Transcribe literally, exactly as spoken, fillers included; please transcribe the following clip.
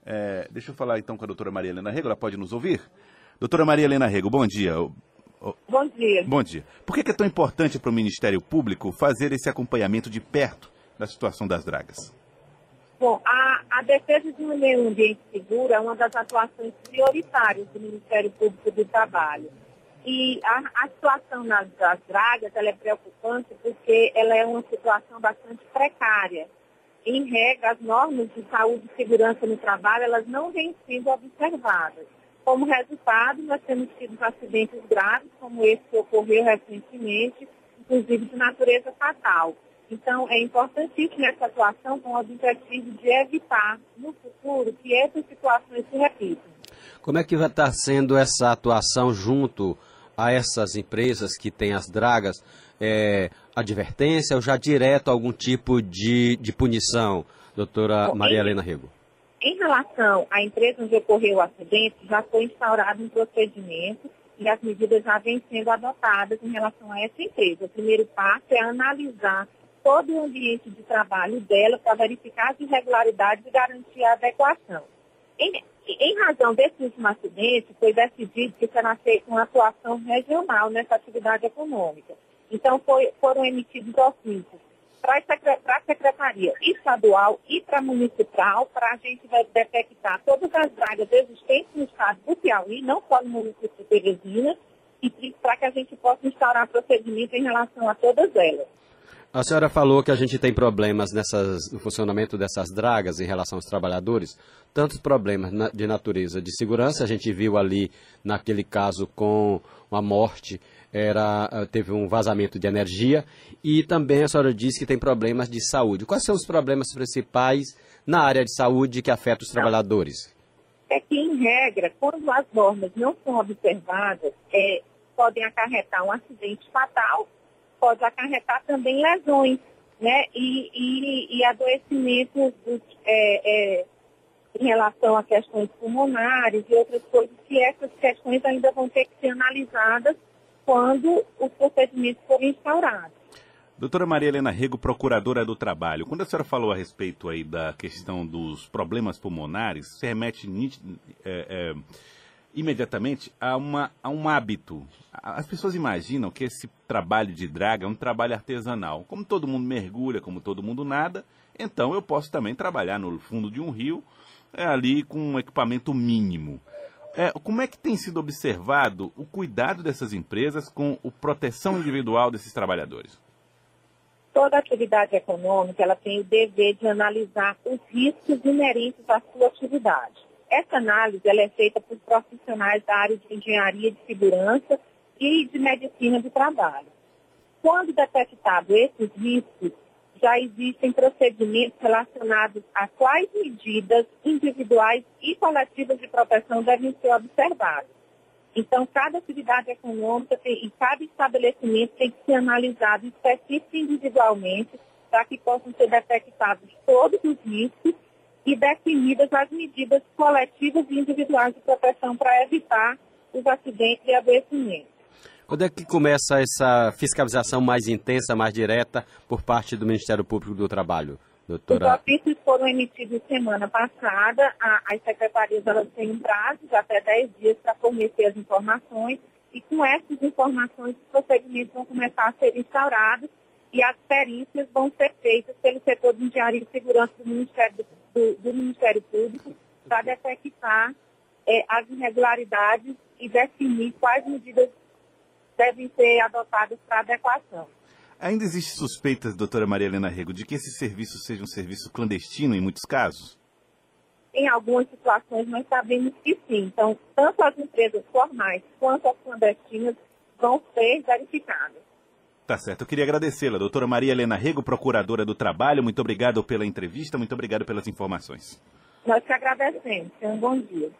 É, deixa eu falar então com a doutora Maria Helena Rego, ela pode nos ouvir? Doutora Maria Helena Rego, bom dia. Bom dia. Bom dia. Por que é tão importante para o Ministério Público fazer esse acompanhamento de perto da situação das dragas? Bom, a, a defesa de um meio ambiente seguro é uma das atuações prioritárias do Ministério Público do Trabalho. E a, a situação nas, das dragas ela é preocupante porque ela é uma situação bastante precária. Em regra, as normas de saúde e segurança no trabalho elas não vêm sendo observadas. Como resultado, nós temos tido acidentes graves, como esse que ocorreu recentemente, inclusive de natureza fatal. Então, é importantíssima essa atuação com o objetivo de evitar, no futuro, que essas situações se repitam. Como é que vai estar sendo essa atuação junto a essas empresas que têm as dragas? É, advertência ou já direto algum tipo de, de punição, doutora Bom, Maria em, Helena Rego? Em relação à empresa onde ocorreu o acidente, já foi instaurado um procedimento e as medidas já vêm sendo adotadas em relação a essa empresa. O primeiro passo é analisar todo o ambiente de trabalho dela para verificar as irregularidades e garantir a adequação. Em, em razão desse último acidente, foi decidido que será feita uma atuação regional nessa atividade econômica. Então, foi, foram emitidos ofícios para a Secretaria Estadual e para a Municipal, para a gente detectar todas as dragas existentes no estado do Piauí, não só no município de Teresina, e para que a gente possa instaurar procedimentos em relação a todas elas. A senhora falou que a gente tem problemas nessas, no funcionamento dessas dragas em relação aos trabalhadores, tantos problemas na, de natureza de segurança, a gente viu ali naquele caso com uma morte, era, teve um vazamento de energia, e também a senhora disse que tem problemas de saúde. Quais são os problemas principais na área de saúde que afetam os trabalhadores? É que, em regra, quando as normas não são observadas, é, podem acarretar um acidente fatal, pode acarretar também lesões, né, e, e, e adoecimentos é, é, em relação a questões pulmonares e outras coisas, que essas questões ainda vão ter que ser analisadas quando os procedimentos forem instaurados. Doutora Maria Helena Rego, procuradora do Trabalho, quando a senhora falou a respeito aí da questão dos problemas pulmonares, se remete é, é, imediatamente a, uma, a um hábito. As pessoas imaginam que esse trabalho de draga é um trabalho artesanal. Como todo mundo mergulha, como todo mundo nada, então eu posso também trabalhar no fundo de um rio, é, ali com um equipamento mínimo. É, como é que tem sido observado o cuidado dessas empresas com a proteção individual desses trabalhadores? Toda atividade econômica ela tem o dever de analisar os riscos inerentes à sua atividade. Essa análise ela é feita por profissionais da área de engenharia de segurança e de medicina do trabalho. Quando detectado esses riscos, já existem procedimentos relacionados a quais medidas individuais e coletivas de proteção devem ser observadas. Então, cada atividade econômica tem, e cada estabelecimento tem que ser analisado específico e individualmente para que possam ser detectados todos os riscos e definidas as medidas coletivas e individuais de proteção para evitar os acidentes e adoecimentos. Quando é que começa essa fiscalização mais intensa, mais direta, por parte do Ministério Público do Trabalho, doutora? Os ofícios foram emitidos semana passada, a, as secretarias elas têm um prazo de até dez dias para fornecer as informações, e com essas informações os procedimentos vão começar a ser instaurados e as perícias vão ser feitas pelo setor de engenharia e segurança do Ministério, do, do Ministério Público para detectar é, as irregularidades e definir quais medidas devem ser adotadas para adequação. Ainda existem suspeitas, doutora Maria Helena Rego, de que esse serviço seja um serviço clandestino em muitos casos? Em algumas situações nós sabemos que sim. Então, tanto as empresas formais quanto as clandestinas vão ser verificadas. Tá certo. Eu queria agradecê-la, doutora Maria Helena Rego, procuradora do Trabalho. Muito obrigado pela entrevista, muito obrigado pelas informações. Nós que agradecemos. Tenham um bom dia.